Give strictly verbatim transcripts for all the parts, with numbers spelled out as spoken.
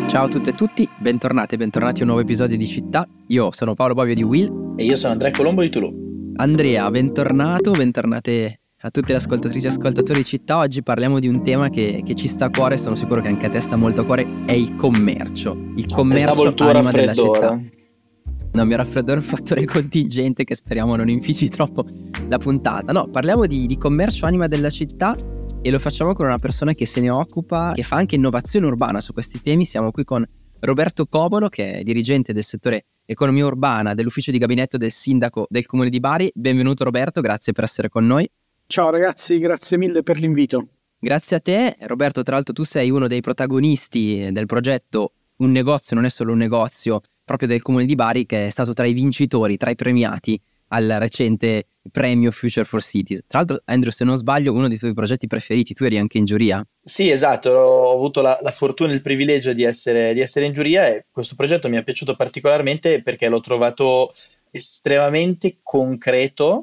Ciao a tutte e tutti, bentornati e bentornati a un nuovo episodio di Città. Io sono Paolo Bovio di Will. E io sono Andrea Colombo di Toulouse. Andrea, bentornato, bentornate a tutte le ascoltatrici e ascoltatori di Città. Oggi parliamo di un tema che, che ci sta a cuore, sono sicuro che anche a te sta molto a cuore, è il commercio. Il commercio il tuo anima della città. raffreddore. No, mi raffreddore un fattore contingente che speriamo non infici troppo la puntata. No, parliamo di, di commercio anima della città e lo facciamo con una persona che se ne occupa, che fa anche innovazione urbana su questi temi. Siamo qui con Roberto Cobolo, che è dirigente del settore economia urbana dell'ufficio di gabinetto del sindaco del comune di Bari. Benvenuto Roberto, grazie per essere con noi. Ciao ragazzi, grazie mille per l'invito. Grazie a te Roberto, tra l'altro tu sei uno dei protagonisti del progetto Un negozio non è solo un negozio, proprio del comune di Bari, che è stato tra i vincitori, tra i premiati al recente premio Future for Cities. Tra l'altro, Andrew, se non sbaglio, uno dei tuoi progetti preferiti, tu eri anche in giuria. Sì, esatto, ho avuto la, la fortuna e il privilegio di essere, di essere in giuria e questo progetto mi è piaciuto particolarmente perché l'ho trovato estremamente concreto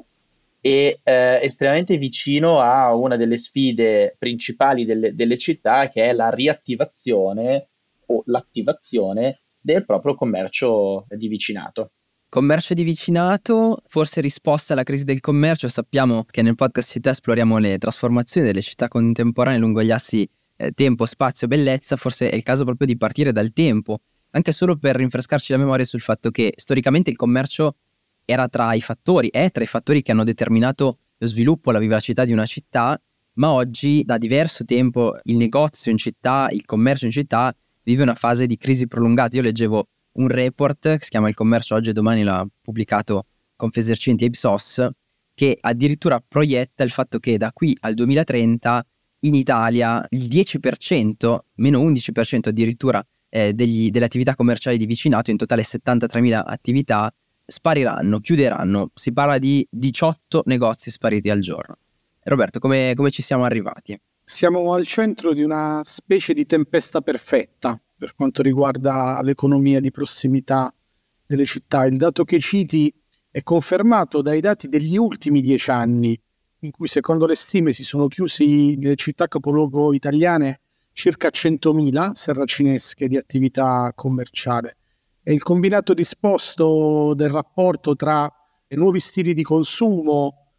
e eh, estremamente vicino a una delle sfide principali delle, delle città, che è la riattivazione o l'attivazione del proprio commercio di vicinato. Commercio di vicinato, forse risposta alla crisi del commercio. Sappiamo che nel podcast Città esploriamo le trasformazioni delle città contemporanee lungo gli assi eh, tempo, spazio, bellezza. Forse è il caso proprio di partire dal tempo, anche solo per rinfrescarci la memoria sul fatto che storicamente il commercio era tra i fattori, è tra i fattori che hanno determinato lo sviluppo, la vivacità di una città, ma oggi da diverso tempo il negozio in città, il commercio in città vive una fase di crisi prolungata. Io leggevo un report che si chiama Il commercio oggi e domani, l'ha pubblicato Confesercenti e Ipsos, che addirittura proietta il fatto che da qui al duemilatrenta in Italia il dieci per cento, meno undici per cento addirittura eh, degli, delle attività commerciali di vicinato, in totale settantatremila attività, spariranno, chiuderanno. Si parla di diciotto negozi spariti al giorno. Roberto, come, come ci siamo arrivati? Siamo al centro di una specie di tempesta perfetta per quanto riguarda l'economia di prossimità delle città. Il dato che citi è confermato dai dati degli ultimi dieci anni, in cui secondo le stime si sono chiusi nelle città capoluogo italiane circa centomila serracinesche di attività commerciale. E il combinato disposto del rapporto tra i nuovi stili di consumo,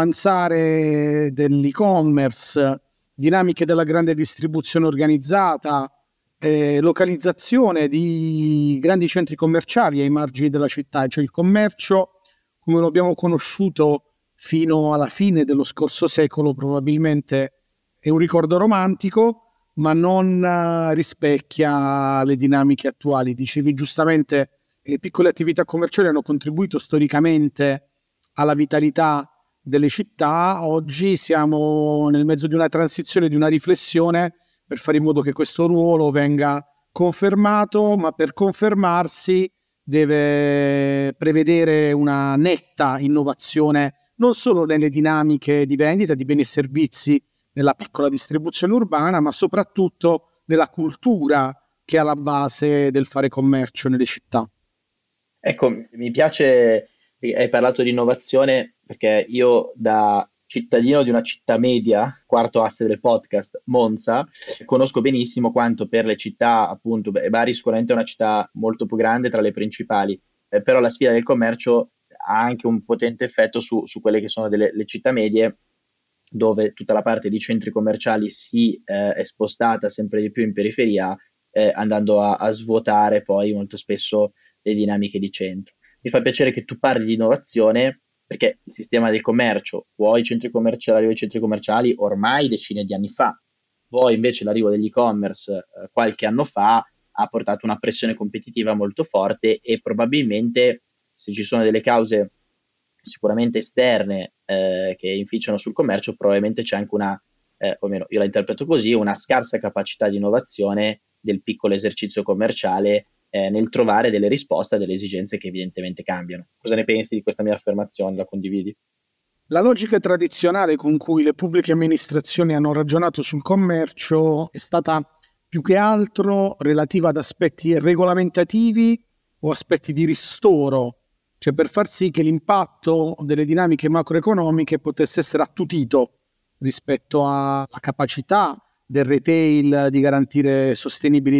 avanzare dell'e-commerce, dinamiche della grande distribuzione organizzata, eh, localizzazione di grandi centri commerciali ai margini della città, cioè il commercio come lo abbiamo conosciuto fino alla fine dello scorso secolo probabilmente è un ricordo romantico, ma non uh, rispecchia le dinamiche attuali. Dicevi giustamente, le piccole attività commerciali hanno contribuito storicamente alla vitalità delle città. Oggi siamo nel mezzo di una transizione, di una riflessione per fare in modo che questo ruolo venga confermato, ma per confermarsi deve prevedere una netta innovazione non solo nelle dinamiche di vendita di beni e servizi nella piccola distribuzione urbana, ma soprattutto nella cultura che è alla base del fare commercio nelle città. Ecco, mi piace, hai parlato di innovazione perché io da cittadino di una città media, quarto asse del podcast, Monza, conosco benissimo quanto per le città, appunto, beh, Bari sicuramente è una città molto più grande tra le principali, eh, però la sfida del commercio ha anche un potente effetto su, su quelle che sono delle le città medie, dove tutta la parte di centri commerciali si eh, è spostata sempre di più in periferia, eh, andando a, a svuotare poi molto spesso le dinamiche di centro. Mi fa piacere che tu parli di innovazione, perché il sistema del commercio, vuoi i centri commerciali o i centri commerciali, ormai decine di anni fa, poi invece l'arrivo dell'e-commerce eh, qualche anno fa ha portato una pressione competitiva molto forte e probabilmente, se ci sono delle cause sicuramente esterne eh, che inficiano sul commercio, probabilmente c'è anche una, eh, o meno io la interpreto così, una scarsa capacità di innovazione del piccolo esercizio commerciale eh, nel trovare delle risposte a delle esigenze che evidentemente cambiano. Cosa ne pensi di questa mia affermazione? La condividi? La logica tradizionale con cui le pubbliche amministrazioni hanno ragionato sul commercio è stata più che altro relativa ad aspetti regolamentativi o aspetti di ristoro, cioè per far sì che l'impatto delle dinamiche macroeconomiche potesse essere attutito rispetto alla capacità del retail di garantire sostenibilità,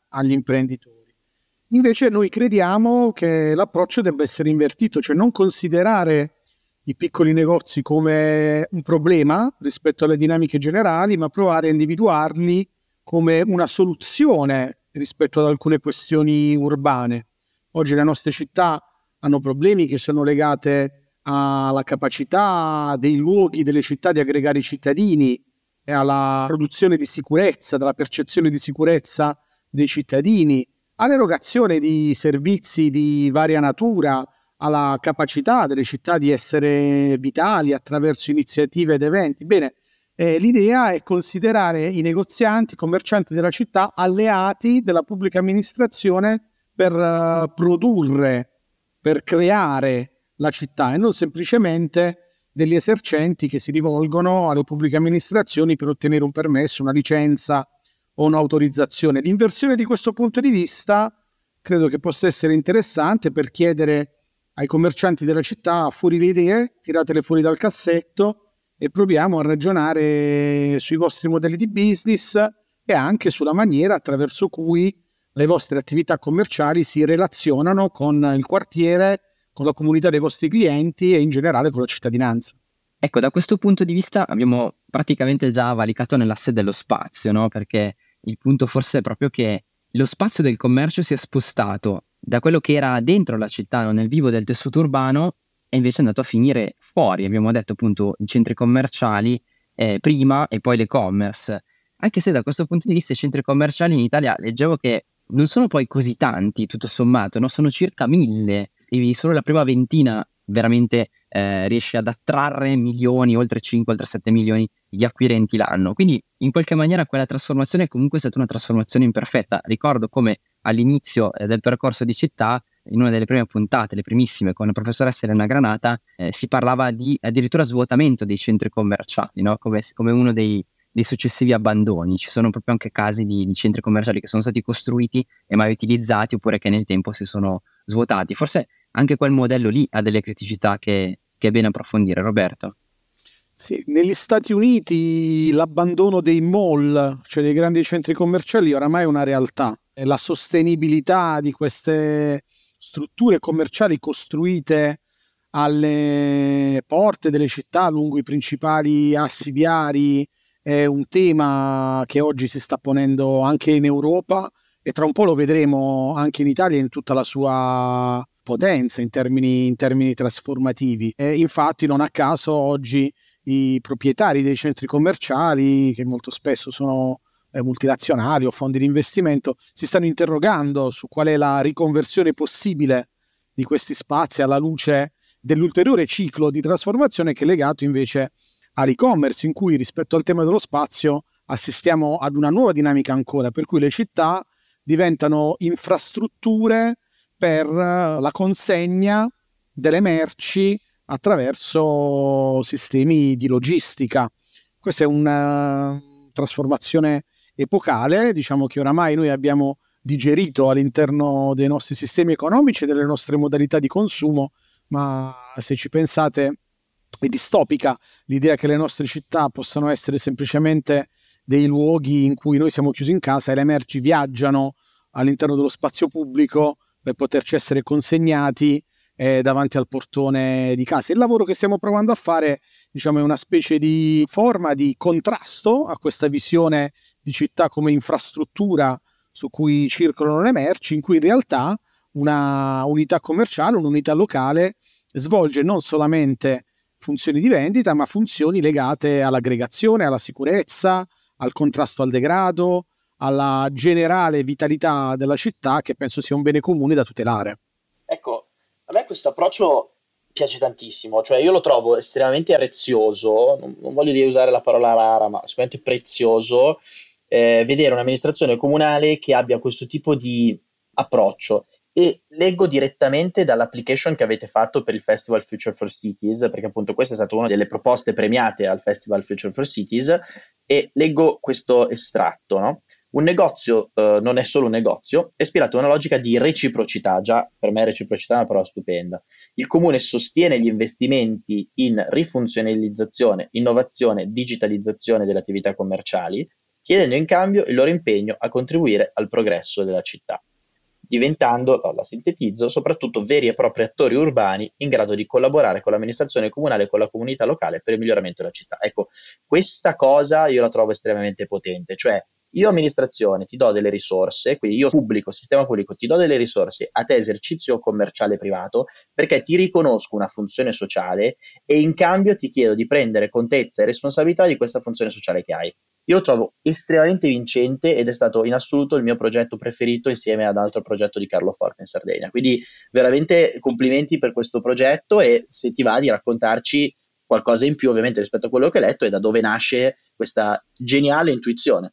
agli imprenditori. Invece noi crediamo che l'approccio debba essere invertito, cioè non considerare i piccoli negozi come un problema rispetto alle dinamiche generali, ma provare a individuarli come una soluzione rispetto ad alcune questioni urbane. Oggi le nostre città hanno problemi che sono legati alla capacità dei luoghi, delle città di aggregare i cittadini e alla produzione di sicurezza, dalla percezione di sicurezza dei cittadini, all'erogazione di servizi di varia natura, alla capacità delle città di essere vitali attraverso iniziative ed eventi. Bene, eh, l'idea è considerare i negozianti, i commercianti della città alleati della pubblica amministrazione per uh, produrre, per creare la città e non semplicemente degli esercenti che si rivolgono alle pubbliche amministrazioni per ottenere un permesso, una licenza o un'autorizzazione. L'inversione di questo punto di vista credo che possa essere interessante per chiedere ai commercianti della città: fuori le idee, tiratele fuori dal cassetto e proviamo a ragionare sui vostri modelli di business e anche sulla maniera attraverso cui le vostre attività commerciali si relazionano con il quartiere, con la comunità dei vostri clienti e in generale con la cittadinanza. Ecco, da questo punto di vista abbiamo praticamente già valicato nell'asse dello spazio, no? Perché il punto forse è proprio che lo spazio del commercio si è spostato da quello che era dentro la città, no? Nel vivo del tessuto urbano, e invece è andato a finire fuori. Abbiamo detto appunto i centri commerciali eh, prima e poi l'e-commerce. Anche se da questo punto di vista i centri commerciali in Italia leggevo che non sono poi così tanti, tutto sommato, no? Sono circa mille, e solo la prima ventina veramente eh, riesce ad attrarre milioni, oltre cinque, oltre sette milioni di acquirenti l'anno. Quindi in qualche maniera quella trasformazione è comunque stata una trasformazione imperfetta. Ricordo come all'inizio eh, del percorso di città, in una delle prime puntate, le primissime, con la professoressa Elena Granata, eh, si parlava di addirittura svuotamento dei centri commerciali, no? come, come uno dei, dei successivi abbandoni. Ci sono proprio anche casi di, di centri commerciali che sono stati costruiti e mai utilizzati, oppure che nel tempo si sono svuotati. Forse anche quel modello lì ha delle criticità che, che è bene approfondire, Roberto. Sì, negli Stati Uniti l'abbandono dei mall, cioè dei grandi centri commerciali, oramai è una realtà. La sostenibilità di queste strutture commerciali costruite alle porte delle città, lungo i principali assi viari, è un tema che oggi si sta ponendo anche in Europa e tra un po' lo vedremo anche in Italia in tutta la sua potenza in termini, in termini trasformativi. E infatti non a caso oggi i proprietari dei centri commerciali, che molto spesso sono eh, multinazionali o fondi di investimento, si stanno interrogando su qual è la riconversione possibile di questi spazi alla luce dell'ulteriore ciclo di trasformazione che è legato invece all'e-commerce, in cui rispetto al tema dello spazio assistiamo ad una nuova dinamica ancora, per cui le città diventano infrastrutture per la consegna delle merci attraverso sistemi di logistica. Questa è una trasformazione epocale, diciamo che oramai noi abbiamo digerito all'interno dei nostri sistemi economici e delle nostre modalità di consumo, ma se ci pensate è distopica l'idea che le nostre città possano essere semplicemente dei luoghi in cui noi siamo chiusi in casa e le merci viaggiano all'interno dello spazio pubblico per poterci essere consegnati eh, davanti al portone di casa. Il lavoro che stiamo provando a fare, diciamo, è una specie di forma di contrasto a questa visione di città come infrastruttura su cui circolano le merci, in cui in realtà una unità commerciale, un'unità locale svolge non solamente funzioni di vendita, ma funzioni legate all'aggregazione, alla sicurezza, al contrasto al degrado, alla generale vitalità della città, che penso sia un bene comune da tutelare. Ecco, a me questo approccio piace tantissimo, cioè io lo trovo estremamente prezioso, non, non voglio dire usare la parola rara, ma sicuramente prezioso, eh, vedere un'amministrazione comunale che abbia questo tipo di approccio. E leggo direttamente dall'application che avete fatto per il Festival Future for Cities, perché appunto questa è stata una delle proposte premiate al Festival Future for Cities, e leggo questo estratto, no? Un negozio eh, non è solo un negozio, è ispirato a una logica di reciprocità. Già, per me reciprocità è una parola stupenda. Il comune sostiene gli investimenti in rifunzionalizzazione, innovazione, digitalizzazione delle attività commerciali, chiedendo in cambio il loro impegno a contribuire al progresso della città, diventando, la sintetizzo, soprattutto veri e propri attori urbani in grado di collaborare con l'amministrazione comunale e con la comunità locale per il miglioramento della città. Ecco, questa cosa io la trovo estremamente potente, cioè io amministrazione ti do delle risorse, quindi io pubblico, sistema pubblico, ti do delle risorse a te esercizio commerciale privato perché ti riconosco una funzione sociale e in cambio ti chiedo di prendere contezza e responsabilità di questa funzione sociale che hai. Io lo trovo estremamente vincente ed è stato in assoluto il mio progetto preferito insieme ad altro progetto di Carlo Forte in Sardegna. Quindi veramente complimenti per questo progetto e se ti va di raccontarci qualcosa in più ovviamente rispetto a quello che hai letto e da dove nasce questa geniale intuizione.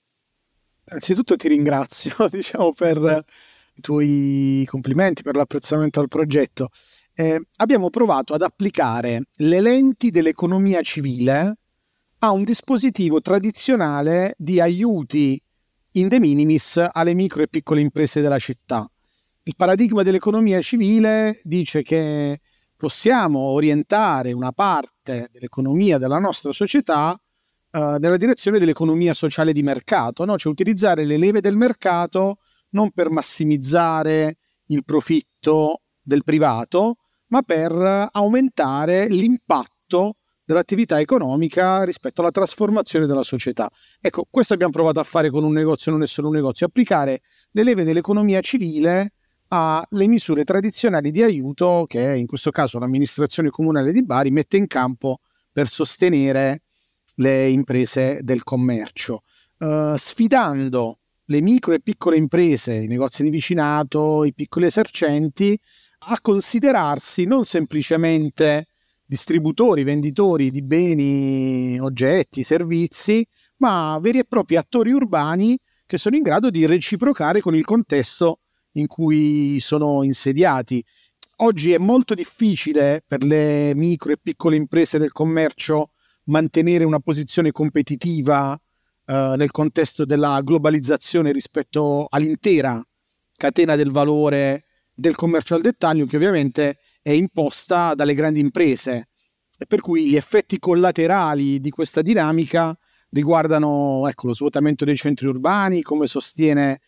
Innanzitutto ti ringrazio, diciamo, per i tuoi complimenti, per l'apprezzamento al progetto. Eh, abbiamo provato ad applicare le lenti dell'economia civile a un dispositivo tradizionale di aiuti in de minimis alle micro e piccole imprese della città. Il paradigma dell'economia civile dice che possiamo orientare una parte dell'economia della nostra società Uh, nella direzione dell'economia sociale di mercato, no? Cioè utilizzare le leve del mercato non per massimizzare il profitto del privato, ma per aumentare l'impatto dell'attività economica rispetto alla trasformazione della società. Ecco, questo abbiamo provato a fare con un negozio, non è solo un negozio, applicare le leve dell'economia civile alle misure tradizionali di aiuto che in questo caso l'amministrazione comunale di Bari mette in campo per sostenere le imprese del commercio, uh, sfidando le micro e piccole imprese, i negozi di vicinato, i piccoli esercenti, a considerarsi non semplicemente distributori, venditori di beni, oggetti, servizi, ma veri e propri attori urbani che sono in grado di reciprocare con il contesto in cui sono insediati. Oggi è molto difficile per le micro e piccole imprese del commercio mantenere una posizione competitiva eh, nel contesto della globalizzazione rispetto all'intera catena del valore del commercio al dettaglio, che ovviamente è imposta dalle grandi imprese, e per cui gli effetti collaterali di questa dinamica riguardano, ecco, lo svuotamento dei centri urbani, come sostiene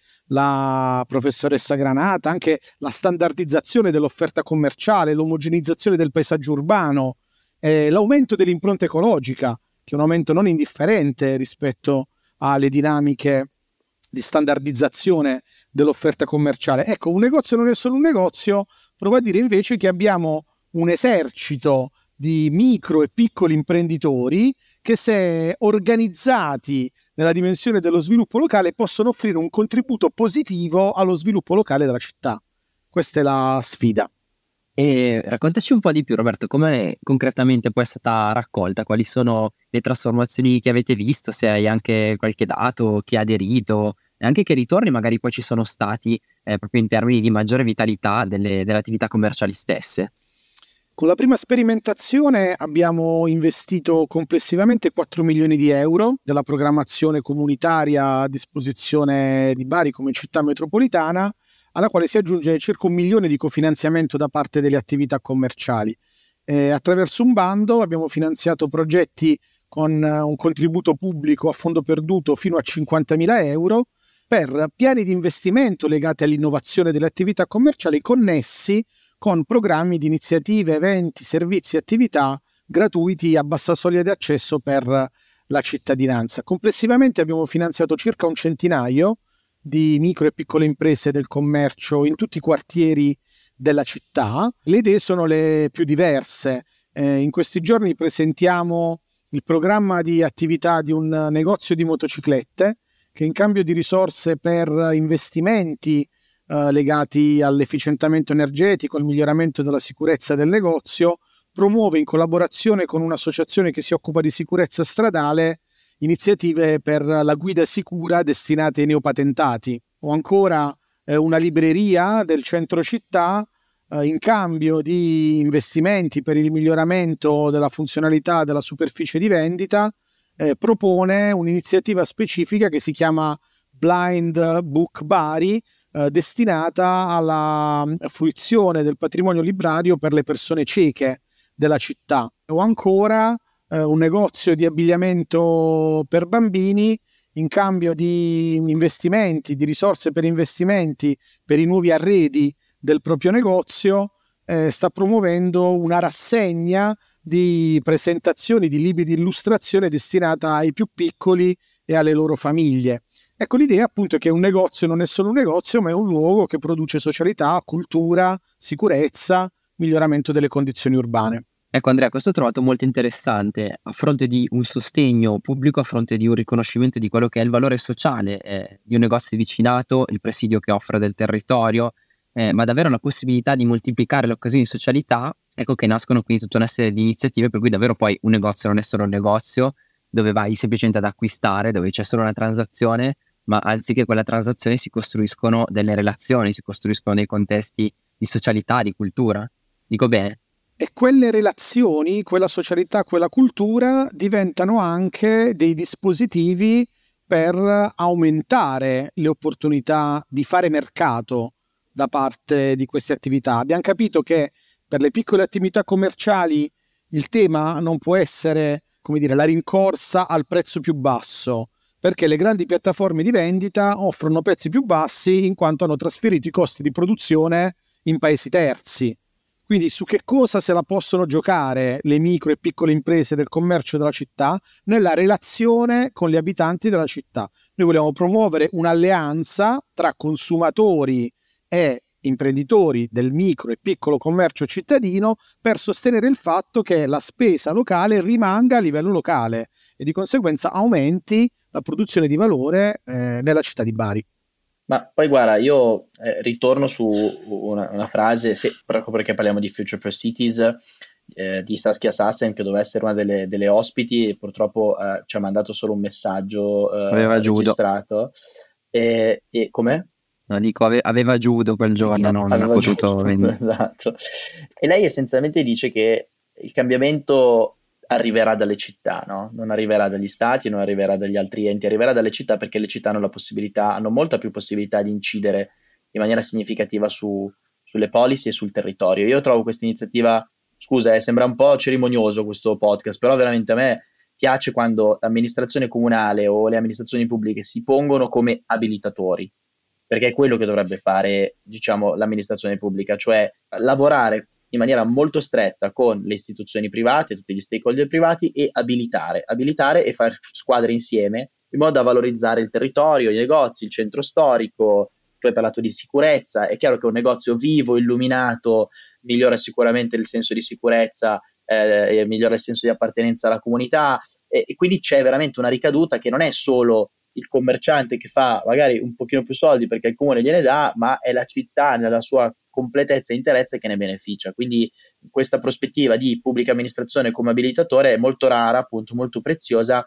la professoressa Granata, anche la standardizzazione dell'offerta commerciale, l'omogenizzazione del paesaggio urbano, Eh, l'aumento dell'impronta ecologica, che è un aumento non indifferente rispetto alle dinamiche di standardizzazione dell'offerta commerciale. Ecco, un negozio non è solo un negozio, provo a dire invece che abbiamo un esercito di micro e piccoli imprenditori che, se organizzati nella dimensione dello sviluppo locale, possono offrire un contributo positivo allo sviluppo locale della città. Questa è la sfida. E raccontaci un po' di più, Roberto, come concretamente poi è stata raccolta, quali sono le trasformazioni che avete visto, se hai anche qualche dato, chi ha aderito, e anche che ritorni magari poi ci sono stati eh, proprio in termini di maggiore vitalità delle, delle attività commerciali stesse. Con la prima sperimentazione abbiamo investito complessivamente quattro milioni di euro della programmazione comunitaria a disposizione di Bari come città metropolitana, alla quale si aggiunge circa un milione di cofinanziamento da parte delle attività commerciali. Eh, attraverso un bando abbiamo finanziato progetti con uh, un contributo pubblico a fondo perduto fino a cinquantamila euro per piani di investimento legati all'innovazione delle attività commerciali connessi con programmi di iniziative, eventi, servizi e attività gratuiti a bassa soglia di accesso per la cittadinanza. Complessivamente abbiamo finanziato circa un centinaio di micro e piccole imprese del commercio in tutti i quartieri della città. Le idee sono le più diverse. Eh, in questi giorni presentiamo il programma di attività di un negozio di motociclette che, in cambio di risorse per investimenti eh, legati all'efficientamento energetico, al miglioramento della sicurezza del negozio, promuove, in collaborazione con un'associazione che si occupa di sicurezza stradale, iniziative per la guida sicura destinate ai neopatentati. O ancora eh, una libreria del centro città, eh, in cambio di investimenti per il miglioramento della funzionalità della superficie di vendita, eh, propone un'iniziativa specifica che si chiama Blind Book Bari, eh, destinata alla fruizione del patrimonio librario per le persone cieche della città. O ancora un negozio di abbigliamento per bambini in cambio di investimenti, di risorse per investimenti, per i nuovi arredi del proprio negozio, eh, sta promuovendo una rassegna di presentazioni, di libri di illustrazione destinata ai più piccoli e alle loro famiglie. Ecco, l'idea appunto è che un negozio non è solo un negozio, ma è un luogo che produce socialità, cultura, sicurezza, miglioramento delle condizioni urbane. Ecco Andrea, questo ho trovato molto interessante, a fronte di un sostegno pubblico, a fronte di un riconoscimento di quello che è il valore sociale eh, di un negozio di vicinato, il presidio che offre del territorio, eh, ma davvero la possibilità di moltiplicare le occasioni di socialità, ecco che nascono quindi tutta una serie di iniziative per cui davvero poi un negozio non è solo un negozio dove vai semplicemente ad acquistare, dove c'è solo una transazione, ma anziché quella transazione si costruiscono delle relazioni, si costruiscono dei contesti di socialità, di cultura. Dico bene? E quelle relazioni, quella socialità, quella cultura diventano anche dei dispositivi per aumentare le opportunità di fare mercato da parte di queste attività. Abbiamo capito che per le piccole attività commerciali il tema non può essere, come dire, la rincorsa al prezzo più basso, perché le grandi piattaforme di vendita offrono prezzi più bassi in quanto hanno trasferito i costi di produzione in paesi terzi. Quindi su che cosa se la possono giocare le micro e piccole imprese del commercio della città? Nella relazione con gli abitanti della città. Noi vogliamo promuovere un'alleanza tra consumatori e imprenditori del micro e piccolo commercio cittadino per sostenere il fatto che la spesa locale rimanga a livello locale e di conseguenza aumenti la produzione di valore eh, nella città di Bari. Ma poi guarda, io eh, ritorno su una, una frase, se, proprio perché parliamo di Future for Cities, eh, di Saskia Sassen, che doveva essere una delle, delle ospiti e purtroppo eh, ci ha mandato solo un messaggio eh, Aveva judo. registrato. E, e com'è? No, dico, ave- aveva judo quel giorno, non ha Aveva potuto giusto, venire. esatto. E lei essenzialmente dice che il cambiamento arriverà dalle città, no? Non arriverà dagli stati, non arriverà dagli altri enti, arriverà dalle città perché le città hanno la possibilità, hanno molta più possibilità di incidere in maniera significativa su, sulle policy e sul territorio. Io trovo questa iniziativa, scusa, eh, sembra un po' cerimonioso questo podcast, però veramente a me piace quando l'amministrazione comunale o le amministrazioni pubbliche si pongono come abilitatori, perché è quello che dovrebbe fare, diciamo, l'amministrazione pubblica, cioè lavorare in maniera molto stretta con le istituzioni private, tutti gli stakeholder privati e abilitare, abilitare e fare squadre insieme in modo da valorizzare il territorio, i negozi, il centro storico. Tu hai parlato di sicurezza, è chiaro che un negozio vivo, illuminato, migliora sicuramente il senso di sicurezza, eh, migliora il senso di appartenenza alla comunità e, e quindi c'è veramente una ricaduta che non è solo il commerciante che fa magari un pochino più soldi perché il comune gliene dà, ma è la città nella sua completezza e interezza che ne beneficia. Quindi questa prospettiva di pubblica amministrazione come abilitatore è molto rara, appunto molto preziosa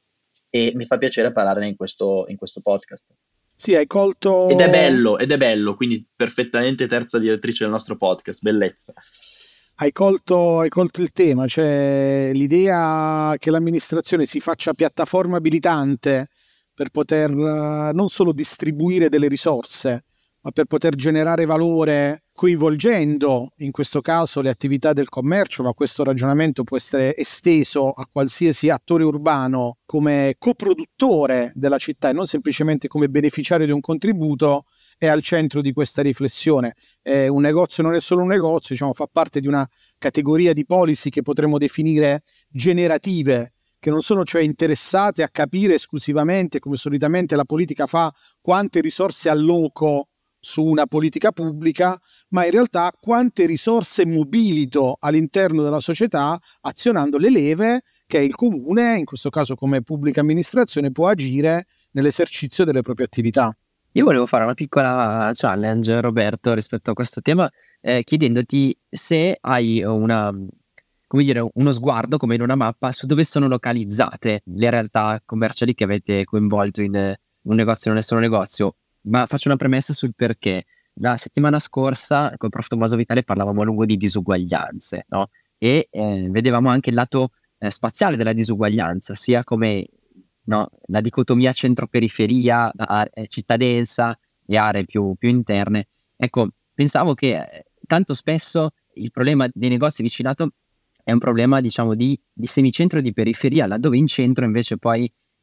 e mi fa piacere parlarne in questo, in questo podcast. Sì, hai colto... Ed è bello, ed è bello, quindi perfettamente terza direttrice del nostro podcast, bellezza. Hai colto, hai colto il tema, cioè l'idea che l'amministrazione si faccia piattaforma abilitante per poter uh, non solo distribuire delle risorse, ma per poter generare valore coinvolgendo in questo caso le attività del commercio, ma questo ragionamento può essere esteso a qualsiasi attore urbano come coproduttore della città e non semplicemente come beneficiario di un contributo, è al centro di questa riflessione. Eh, un negozio non è solo un negozio, diciamo, fa parte di una categoria di policy che potremmo definire generative, che non sono cioè interessate a capire esclusivamente, come solitamente la politica fa, quante risorse alloco su una politica pubblica, ma in realtà quante risorse mobilito all'interno della società azionando le leve che il comune, in questo caso come pubblica amministrazione, può agire nell'esercizio delle proprie attività. Io volevo fare una piccola challenge, Roberto, rispetto a questo tema, eh, chiedendoti se hai una, come dire, uno sguardo, come in una mappa, su dove sono localizzate le realtà commerciali che avete coinvolto in eh, un negozio, non è solo un negozio. Ma faccio una premessa sul perché. La settimana scorsa col prof Tommaso Vitale parlavamo a lungo di disuguaglianze, no? E eh, vedevamo anche il lato eh, spaziale della disuguaglianza, sia come no, la dicotomia centro-periferia, eh, città densa e aree più, più interne. Ecco, pensavo che eh, tanto spesso il problema dei negozi vicinato è un problema, diciamo, di, di semicentro e di periferia, laddove in centro invece poi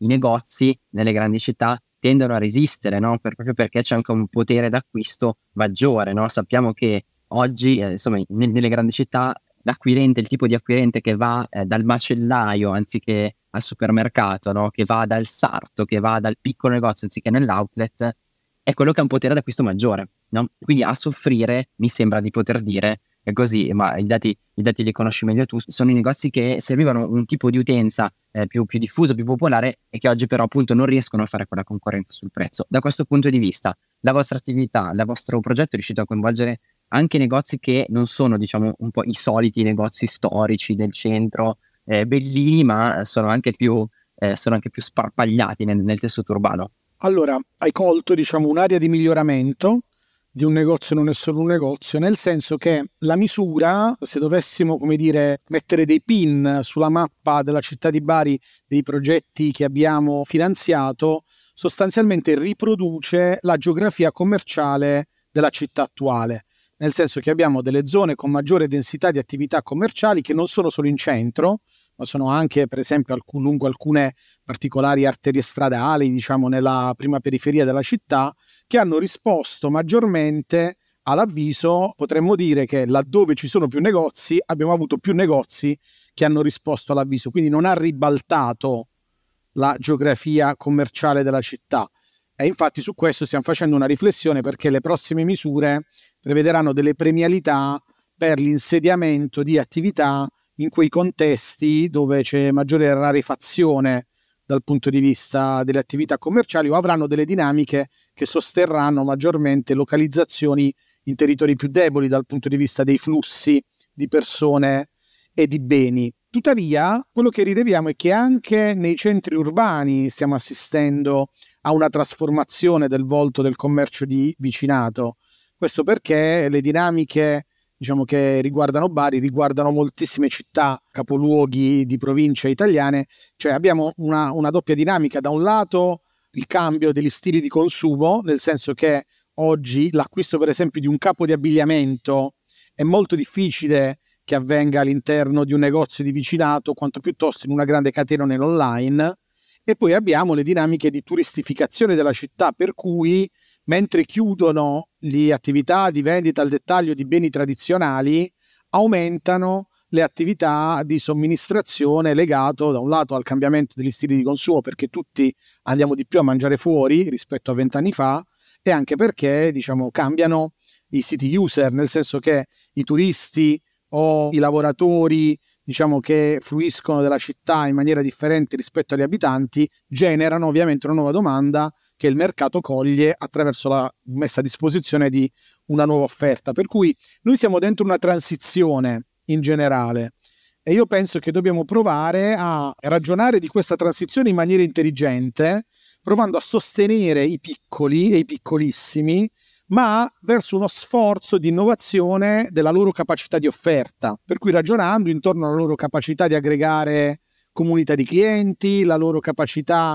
i negozi nelle grandi città tendono a resistere, no? Per, proprio perché c'è anche un potere d'acquisto maggiore, no? Sappiamo che oggi, eh, insomma, ne, nelle grandi città l'acquirente, il tipo di acquirente che va eh, dal macellaio anziché al supermercato, no? Che va dal sarto, che va dal piccolo negozio anziché nell'outlet, è quello che ha un potere d'acquisto maggiore, no? Quindi a soffrire, mi sembra di poter dire, è così, ma i dati, i dati li conosci meglio tu, sono i negozi che servivano un tipo di utenza eh, più, più diffuso, più popolare, e che oggi però appunto non riescono a fare quella concorrenza sul prezzo. Da questo punto di vista, la vostra attività, il vostro progetto è riuscito a coinvolgere anche negozi che non sono, diciamo, un po' i soliti negozi storici del centro, eh, bellini, ma sono anche più, eh, sono anche più sparpagliati nel, nel tessuto urbano. Allora, hai colto, diciamo, un'area di miglioramento di un negozio non è solo un negozio, nel senso che la misura, se dovessimo, come dire, mettere dei pin sulla mappa della città di Bari dei progetti che abbiamo finanziato, sostanzialmente riproduce la geografia commerciale della città attuale. Nel senso che abbiamo delle zone con maggiore densità di attività commerciali che non sono solo in centro, ma sono anche, per esempio, alc- lungo alcune particolari arterie stradali, diciamo nella prima periferia della città, che hanno risposto maggiormente all'avviso. Potremmo dire che laddove ci sono più negozi, abbiamo avuto più negozi che hanno risposto all'avviso, quindi non ha ribaltato la geografia commerciale della città. E infatti su questo stiamo facendo una riflessione, perché le prossime misure prevederanno delle premialità per l'insediamento di attività in quei contesti dove c'è maggiore rarefazione dal punto di vista delle attività commerciali, o avranno delle dinamiche che sosterranno maggiormente localizzazioni in territori più deboli dal punto di vista dei flussi di persone e di beni. Tuttavia, quello che rileviamo è che anche nei centri urbani stiamo assistendo a una trasformazione del volto del commercio di vicinato. Questo perché le dinamiche, diciamo, che riguardano Bari riguardano moltissime città, capoluoghi di province italiane. Cioè abbiamo una, una doppia dinamica: da un lato il cambio degli stili di consumo, nel senso che oggi l'acquisto, per esempio, di un capo di abbigliamento è molto difficile che avvenga all'interno di un negozio di vicinato, quanto piuttosto in una grande catena nell'online. E poi abbiamo le dinamiche di turistificazione della città, per cui mentre chiudono le attività di vendita al dettaglio di beni tradizionali, aumentano le attività di somministrazione legato da un lato al cambiamento degli stili di consumo, perché tutti andiamo di più a mangiare fuori rispetto a vent'anni fa, e anche perché, diciamo, cambiano i siti user, nel senso che i turisti o i lavoratori, diciamo, che fruiscono della città in maniera differente rispetto agli abitanti, generano ovviamente una nuova domanda che il mercato coglie attraverso la messa a disposizione di una nuova offerta. Per cui noi siamo dentro una transizione in generale, e io penso che dobbiamo provare a ragionare di questa transizione in maniera intelligente, provando a sostenere i piccoli e i piccolissimi, ma verso uno sforzo di innovazione della loro capacità di offerta, per cui ragionando intorno alla loro capacità di aggregare comunità di clienti, la loro capacità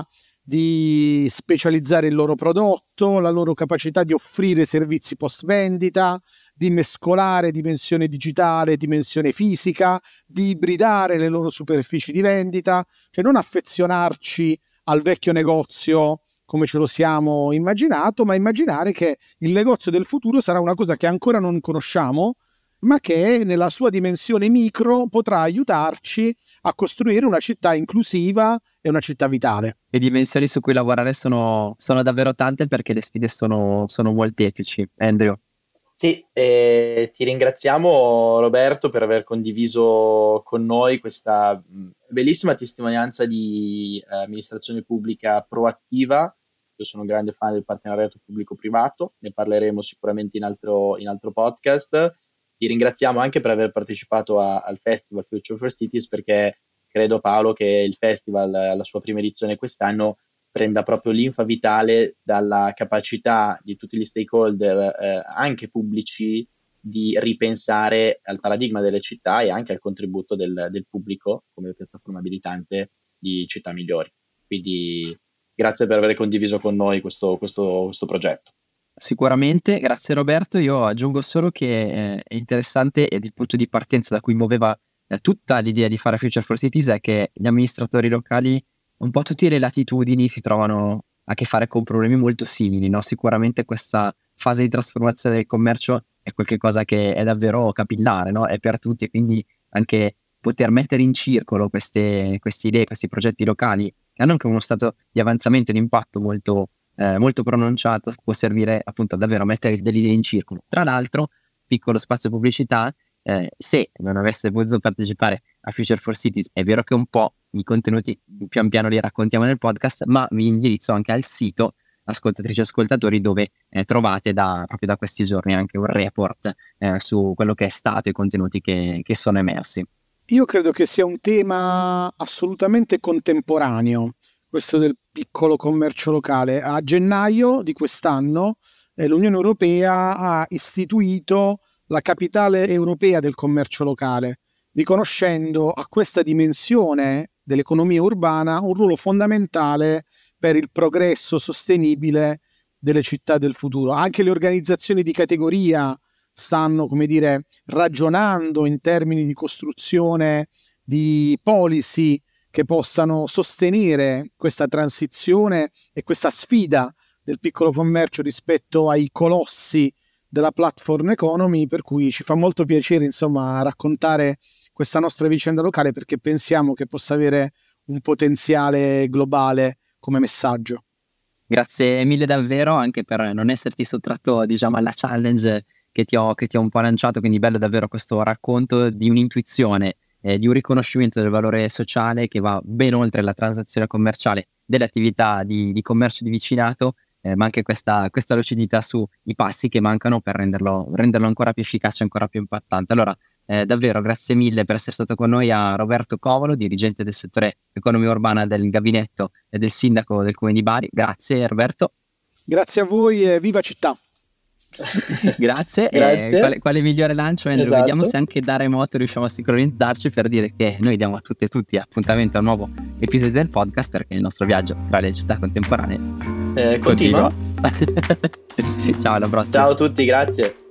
di specializzare il loro prodotto, la loro capacità di offrire servizi post vendita, di mescolare dimensione digitale e dimensione fisica, di ibridare le loro superfici di vendita, cioè non affezionarci al vecchio negozio come ce lo siamo immaginato, ma immaginare che il negozio del futuro sarà una cosa che ancora non conosciamo, ma che nella sua dimensione micro potrà aiutarci a costruire una città inclusiva e una città vitale. Le dimensioni su cui lavorare sono, sono davvero tante, perché le sfide sono, sono molteplici. Andrew? Sì, eh, ti ringraziamo Roberto per aver condiviso con noi questa mh, bellissima testimonianza di eh, amministrazione pubblica proattiva. Io sono un grande fan del partenariato pubblico-privato, ne parleremo sicuramente in altro, in altro podcast. Ti ringraziamo anche per aver partecipato a- al Festival Future for Cities, perché credo, Paolo, che il festival, alla sua prima edizione quest'anno, prenda proprio linfa vitale dalla capacità di tutti gli stakeholder, eh, anche pubblici, di ripensare al paradigma delle città e anche al contributo del, del pubblico come piattaforma abilitante di città migliori. Quindi grazie per aver condiviso con noi questo, questo, questo progetto. Sicuramente, grazie Roberto. Io aggiungo solo che eh, è interessante, ed il punto di partenza da cui muoveva eh, tutta l'idea di fare Future for Cities è che gli amministratori locali un po' tutte le latitudini si trovano a che fare con problemi molto simili, no? Sicuramente questa fase di trasformazione del commercio è qualcosa che è davvero capillare, no? È per tutti, e quindi anche poter mettere in circolo queste, queste idee, questi progetti locali che hanno anche uno stato di avanzamento e di impatto molto, eh, molto pronunciato, può servire appunto davvero a mettere delle idee in circolo. Tra l'altro, piccolo spazio pubblicità, eh, se non aveste potuto partecipare a Future for Cities, è vero che un po' i contenuti pian piano li raccontiamo nel podcast, ma vi indirizzo anche al sito, ascoltatrici e ascoltatori, dove eh, trovate da, proprio da questi giorni anche un report eh, su quello che è stato e i contenuti che, che sono emersi. Io credo che sia un tema assolutamente contemporaneo, questo del piccolo commercio locale. A gennaio di quest'anno eh, l'Unione Europea ha istituito la capitale europea del commercio locale, riconoscendo a questa dimensione dell'economia urbana un ruolo fondamentale per il progresso sostenibile delle città del futuro. Anche le organizzazioni di categoria stanno, come dire, ragionando in termini di costruzione di policy che possano sostenere questa transizione e questa sfida del piccolo commercio rispetto ai colossi della platform economy, per cui ci fa molto piacere, insomma, raccontare questa nostra vicenda locale, perché pensiamo che possa avere un potenziale globale come messaggio. Grazie mille davvero anche per non esserti sottratto, diciamo, alla challenge che ti ho, che ti ho un po' lanciato, quindi bello davvero questo racconto di un'intuizione, eh, di un riconoscimento del valore sociale che va ben oltre la transazione commerciale delle attività di, di commercio di vicinato, eh, ma anche questa, questa lucidità sui passi che mancano per renderlo, renderlo ancora più efficace, ancora più impattante. Allora, eh, davvero grazie mille per essere stato con noi a Roberto Covolo, dirigente del settore economia urbana del gabinetto e del sindaco del Comune di Bari. Grazie Roberto. Grazie a voi e viva città! Grazie. Grazie. Eh, quale, quale migliore lancio, Andrew? Esatto. Vediamo se anche da remoto riusciamo a sincronizzarci per dire che noi diamo a tutte e tutti appuntamento a un nuovo episodio del podcast, perché il nostro viaggio tra le città contemporanee eh, continua. continua. Ciao, alla prossima. Ciao a tutti, grazie.